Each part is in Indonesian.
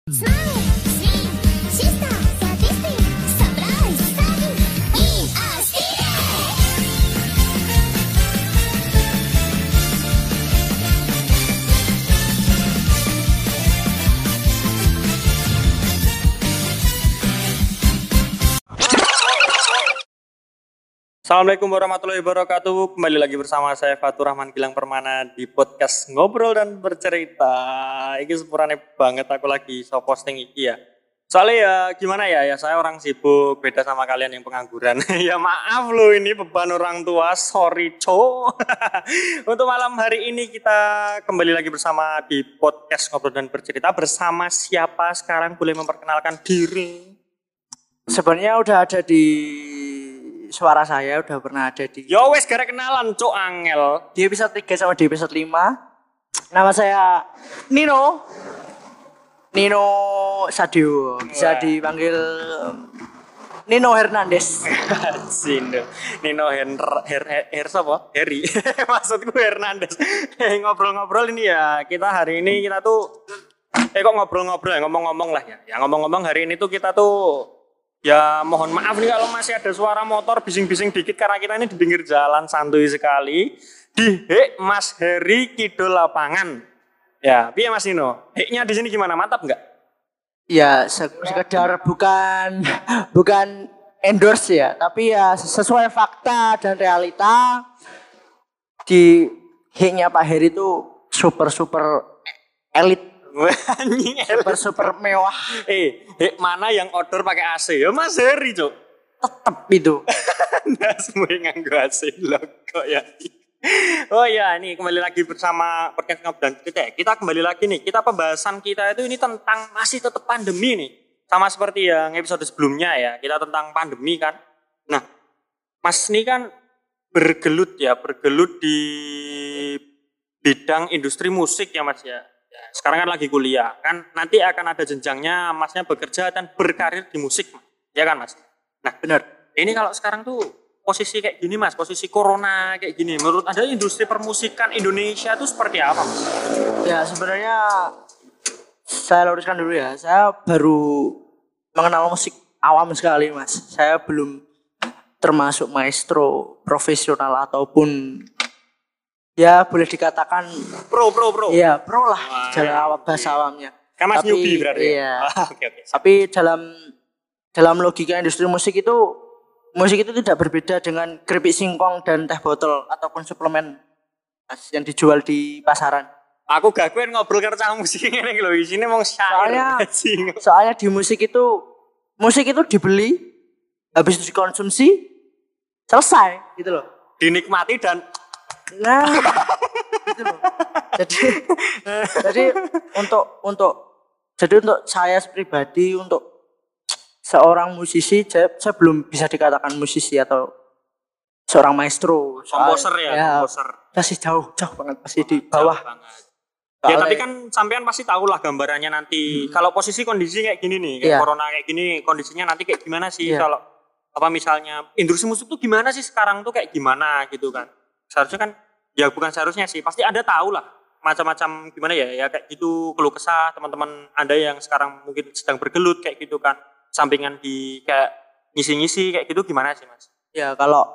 Assalamualaikum warahmatullahi wabarakatuh. Kembali lagi bersama saya Fatur Rahman Gilang Permana di podcast Ngobrol dan Bercerita. Ini sepurane banget aku lagi posting iki ya. Soalnya ya gimana ya saya orang sibuk, beda sama kalian yang pengangguran. Ya maaf loh, ini beban orang tua, sorry co. Untuk malam hari ini kita kembali lagi bersama di podcast Ngobrol dan Bercerita. Bersama siapa sekarang, boleh memperkenalkan diri? Sebenarnya udah ada di suara saya, udah pernah ada di Yo wes gara kenalan cok angel. di episode 3 sama di episode 5. Nama saya Nino Sadio, bisa dipanggil Nino Hernandez. Nino siapa? Heri. Maksudku Hernandez. Ngobrol-ngobrol ini ya. Kita hari ini kita tuh kok ngobrol-ngobrol ya, ngomong-ngomong lah ya. Ya ngomong-ngomong hari ini tuh kita tuh ya mohon maaf nih kalau masih ada suara motor bising-bising dikit karena kita ini di pinggir jalan santuy sekali di Mas Heri Kidul Lapangan. Ya, piye Mas Nino? Heknya di sini gimana? Mantap enggak? Ya, sekedar bukan endorse ya, tapi ya sesuai fakta dan realita di heknya Pak Heri itu super elit. Super mewah. Mana yang order pakai AC? Ya Mas Heri, Cuk. Tetep itu. Nah, semua nganggo AC loh kok ya. Oh ya, ini kembali lagi bersama podcast Ngobrol dan Cerita. Kita kembali lagi nih. Kita pembahasan kita itu ini tentang masih tetap pandemi nih. Sama seperti yang episode sebelumnya ya. Kita tentang pandemi kan. Nah, Mas ini kan bergelut di bidang industri musik ya Mas ya. Sekarang kan lagi kuliah, kan nanti akan ada jenjangnya Masnya bekerja dan berkarir di musik, ya kan Mas? Nah benar, ini kalau sekarang tuh posisi kayak gini Mas, posisi corona kayak gini, menurut Anda industri permusikan Indonesia itu seperti apa Mas? Ya sebenarnya saya luruskan dulu ya, saya baru mengenal musik awam sekali Mas. Saya belum termasuk maestro profesional ataupun ya boleh dikatakan pro. Iya, pro lah jalan awam bahasa awamnya. Kan Mas newbie berarti. Iya. Oke. Tapi dalam logika industri musik itu tidak berbeda dengan keripik singkong dan teh botol ataupun suplemen Mas, yang dijual di pasaran. Aku gak kuat ngobrol karo musik ini lho, isine mong syair. Soalnya di musik itu dibeli, habis itu dikonsumsi, selesai gitu loh. Dinikmati dan nah, gitu loh. Jadi untuk saya pribadi, untuk seorang musisi, saya belum bisa dikatakan musisi atau seorang maestro. Komposer ya. Masih jauh banget, masih di bawah. Ya tapi kan sampean pasti tahu lah gambarannya nanti. Kalau posisi kondisi kayak gini nih, kayak corona kayak gini, kondisinya nanti kayak gimana sih kalau apa misalnya industri musik tuh gimana sih sekarang tuh kayak gimana gitu kan. Seharusnya kan, ya bukan seharusnya sih, pasti ada tahu lah macam-macam gimana ya kayak gitu keluh kesah teman-teman Anda yang sekarang mungkin sedang bergelut kayak gitu kan, sampingan di kayak ngisi-ngisi kayak gitu gimana sih Mas? Ya kalau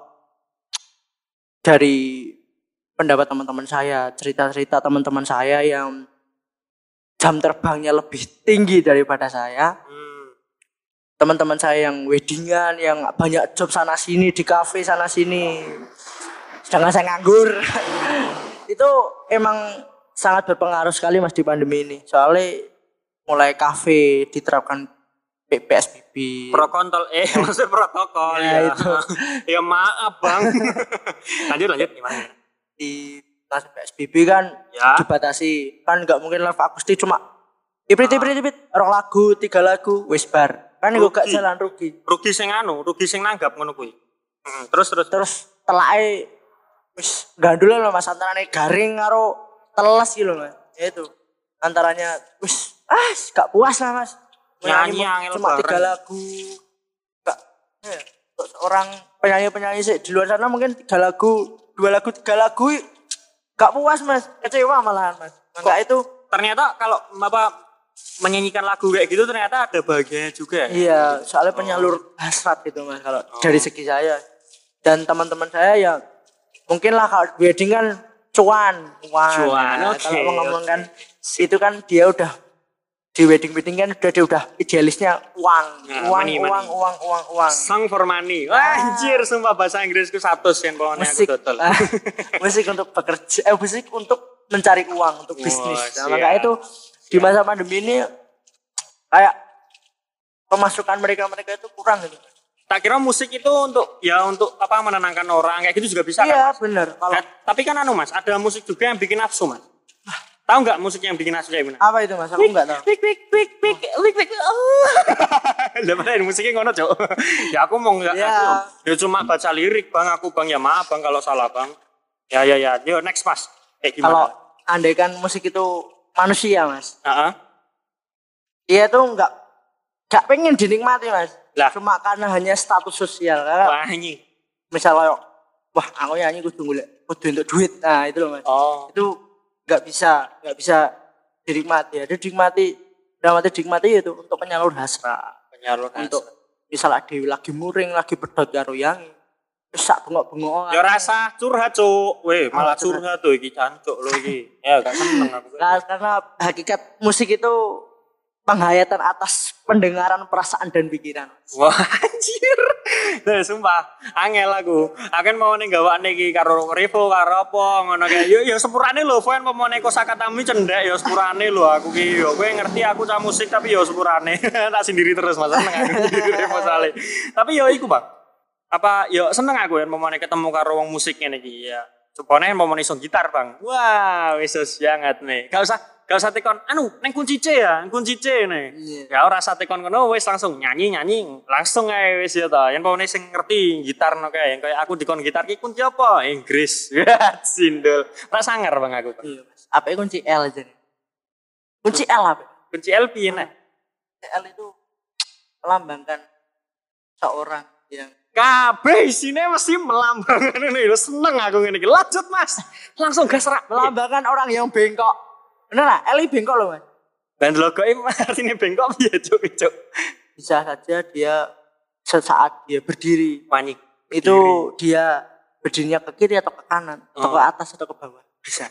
dari pendapat teman-teman saya, cerita-cerita teman-teman saya yang jam terbangnya lebih tinggi daripada saya, teman-teman saya yang weddingan, yang banyak job sana sini, di kafe sana sini, sedangkan saya nganggur. Itu emang sangat berpengaruh sekali Mas di pandemi ini. Soalnya mulai kafe diterapkan PSBB. Maksud protokol ya. Itu. Ya maaf Bang. lanjut gimana? Di masa PSBB kan dibatasi. Kan enggak mungkin live akustik cuma iprit rong lagu, 3 lagu wis bar. Kan iku gak jalan rugi. Rugi sing nanggap ngono kuwi. Terus telake wis gandul lho Mas, antarane garing karo teles gitu Mas. Ya itu. Antaranya wis gak puas lah Mas. Nyanyi cuma 3 lagu. Gak orang penyanyi sih di luar sana mungkin 3 lagu, 2 lagu, 3 lagu gak puas Mas. Kecewa malahan Mas. Maka itu ternyata kalau menyanyikan lagu kayak gitu ternyata ada bahagianya juga. Iya, soalnya penyalur hasrat gitu Mas kalau dari segi saya. Dan teman-teman saya ya mungkin lah kalau wedding kan cuan. Nah, Oke, kalau ngomong kan itu kan dia udah di wedding kan dia udah idealisnya uang, Nah, uang, money. uang. Song for money. Wah, anjir, sumpah bahasa Inggrisku 100 yang pokoknya aku Musik, total. musik untuk bekerja, musik untuk mencari uang, untuk bisnis. Nah, makanya itu di masa pandemi ini kayak pemasukan mereka itu kurang gitu. Tak kira musik itu untuk apa menenangkan orang kayak gitu juga bisa kan? Iya, Mas? benar. Kalau Tapi kan Mas, ada musik juga yang bikin nafsu, Mas. Tahu nggak musik yang bikin nafsu kayak gimana? apa itu Mas? Aku enggak tahu. Wik. Lah mana musiknya ngono, Cok. Ya aku mau enggak Ya. ya cuma baca lirik, Bang. Aku Bang ya maaf, Bang kalau salah, Bang. Ya. Yo next, Mas. Kayak Kalau gimana? andaikan musik itu manusia Mas, Heeh. dia tuh enggak pengen dinikmati Mas. Lah. Cuma karena hanya status sosial. Karena Wah, anjing. misalnya, wah aku nyanyi kudu untuk duit. Nah itu loh Mas. Oh. Itu nggak bisa dinikmati. Ada dinikmati itu untuk penyalur hasrat. Untuk misalnya Dewi lagi muring, lagi pedot karo yangi. Sak bengok-bengok. Ya rasa curhat, Cuk. Weh, malah curhat tuh iki cancuk lho iki. Ya gak seneng aku. Karena hakikat musik itu penghayatan atas pendengaran perasaan dan pikiran. Wah, anjir. Nah, sumpah, angel aku. Akan mau ning gawane iki karo Revo karo apa ngono kae. Yo sepurane lho, Fen pemone kosakatami cendek yo sepurane lho aku ki yo. Kowe ngerti aku cah musik tapi yo sepurane. Tak sendiri terus Mas seneng aku Revo Sale. Tapi yo iku, Bang. Apa yo seneng aku yen pemone ketemu karo wong musik ngene iki ya. Supone pemone iso gitar, Bang. Wah, wis banget nih. Gak usah tekon, neng kunci C ya, kunci C nih. Ya ora usah tekon kono wis langsung nyanyi, langsung ae wis ya ta. Yen pokoknya sing ngerti gitar no kayak aku dikon gitar ki kunci apa? Inggris. Sindel. Ora sangar Bang aku. Iya, Mas. Apa kunci L aja nih? Kunci L apa? Kunci L piye nek? L itu melambangkan seorang yang Kabeh isine mesti melambangkan ngene lho, seneng aku ngene iki. Lanjut Mas. Langsung gas rak. melambangkan orang yang bengkok. Bener lah, L bengkok loh Mas. Dan logoke artine bengkok piye cuk. Bisa saja dia sesaat dia berdiri Panik. itu dia berdirinya ke kiri atau ke kanan atau ke atas atau ke bawah bisa.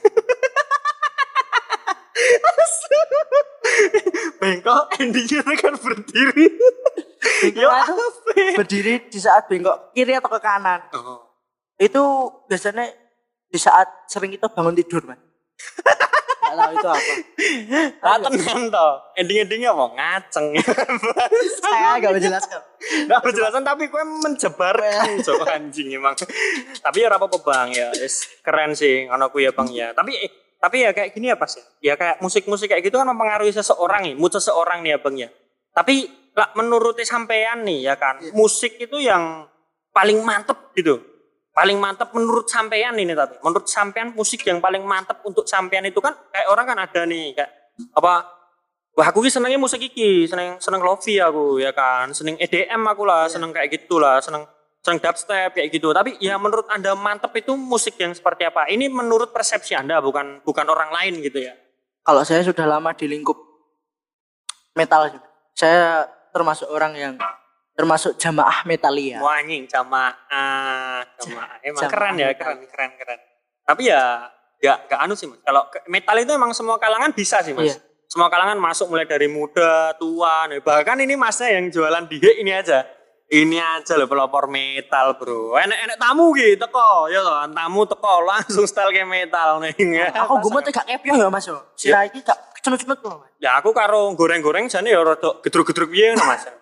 Bengkok endingnya kan berdiri. Ya Berdiri di saat bengkok kiri atau ke kanan. Oh. Itu biasanya di saat sering kita bangun tidur Mas. Gak tahu itu apa. Tenan toh. Ending-endingnya apa? Ngaceng. Saya gak menjelaskan. Gak penjelasan tapi gue menjebarkan Cok anjing emang. Tapi ya apa Bang ya. Keren sih ngono ku ya Bang ya. Tapi ya kayak gini ya Pas ya. Ya kayak musik-musik kayak gitu kan mempengaruhi seseorang nih, mood seseorang nih ya Bang ya. Tapi lah menurut sampean nih ya kan, musik itu yang paling mantep gitu. Paling mantap menurut sampean ini tapi menurut sampean musik yang paling mantap untuk sampean itu kan kayak orang kan ada nih kayak apa wah aku senengnya musik iki seneng lofi aku ya kan seneng EDM aku lah seneng kayak gitulah seneng dubstep kayak gitu tapi ya menurut Anda mantap itu musik yang seperti apa ini menurut persepsi Anda bukan orang lain gitu ya. Kalau saya sudah lama di lingkup metal saya termasuk orang yang termasuk jamaah metalia. Wah anjing jamaah. Emang keren ya, keren. Tapi ya gak anu sih Mas. Kalau metal itu emang semua kalangan bisa sih Mas. Iya. Semua kalangan masuk mulai dari muda, tua, bahkan ini Masnya yang jualan di ini aja. Ini aja loh pelopor metal, Bro. Enak tamu gitu teko, ya loh, tamu teko langsung style kayak metal nih. Aku gue mau gak kepioh ya Mas. Sira iki gak cenut-cenut loh Mas. Ya aku karo goreng-goreng jane ya rada gedruk-gedruk piye ngono Mas.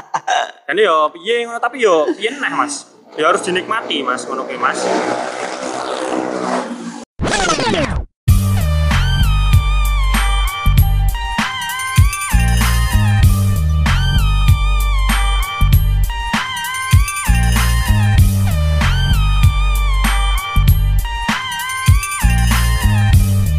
Jadi yo piye ngono tapi yo piye nah Mas. Ya harus dinikmati Mas ngono kuwi Mas.